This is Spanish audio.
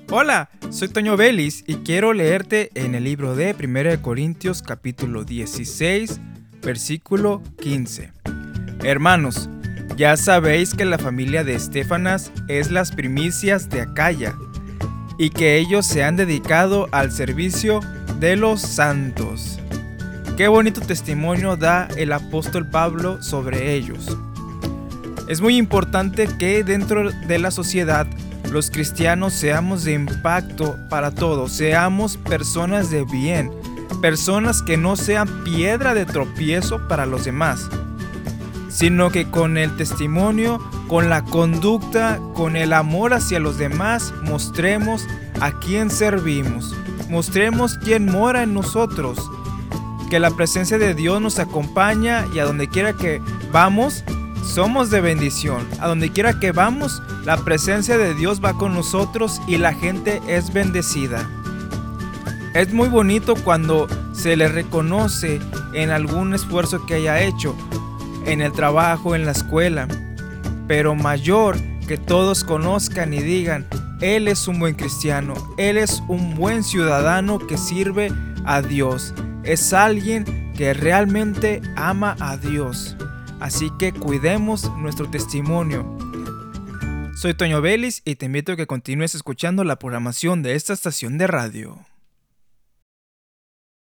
Hola, soy Toño Vélez y quiero leerte en el libro de 1 Corintios capítulo 16, versículo 15. Hermanos, ya sabéis que la familia de Estéfanas es las primicias de Acaya y que ellos se han dedicado al servicio de los santos. Qué bonito testimonio da el apóstol Pablo sobre ellos. Es muy importante que dentro de la sociedad los cristianos seamos de impacto para todos, seamos personas de bien, personas que no sean piedra de tropiezo para los demás, sino que con el testimonio, con la conducta, con el amor hacia los demás, mostremos a quién servimos, mostremos quién mora en nosotros, que la presencia de Dios nos acompaña y a donde quiera que vamos, somos de bendición. A donde quiera que vamos, la presencia de Dios va con nosotros y la gente es bendecida. Es muy bonito cuando se le reconoce en algún esfuerzo que haya hecho, en el trabajo, en la escuela, pero mayor que todos conozcan y digan: Él es un buen cristiano, Él es un buen ciudadano que sirve a Dios, es alguien que realmente ama a Dios. Así que cuidemos nuestro testimonio. Soy Toño Vélez y te invito a que continúes escuchando la programación de esta estación de radio.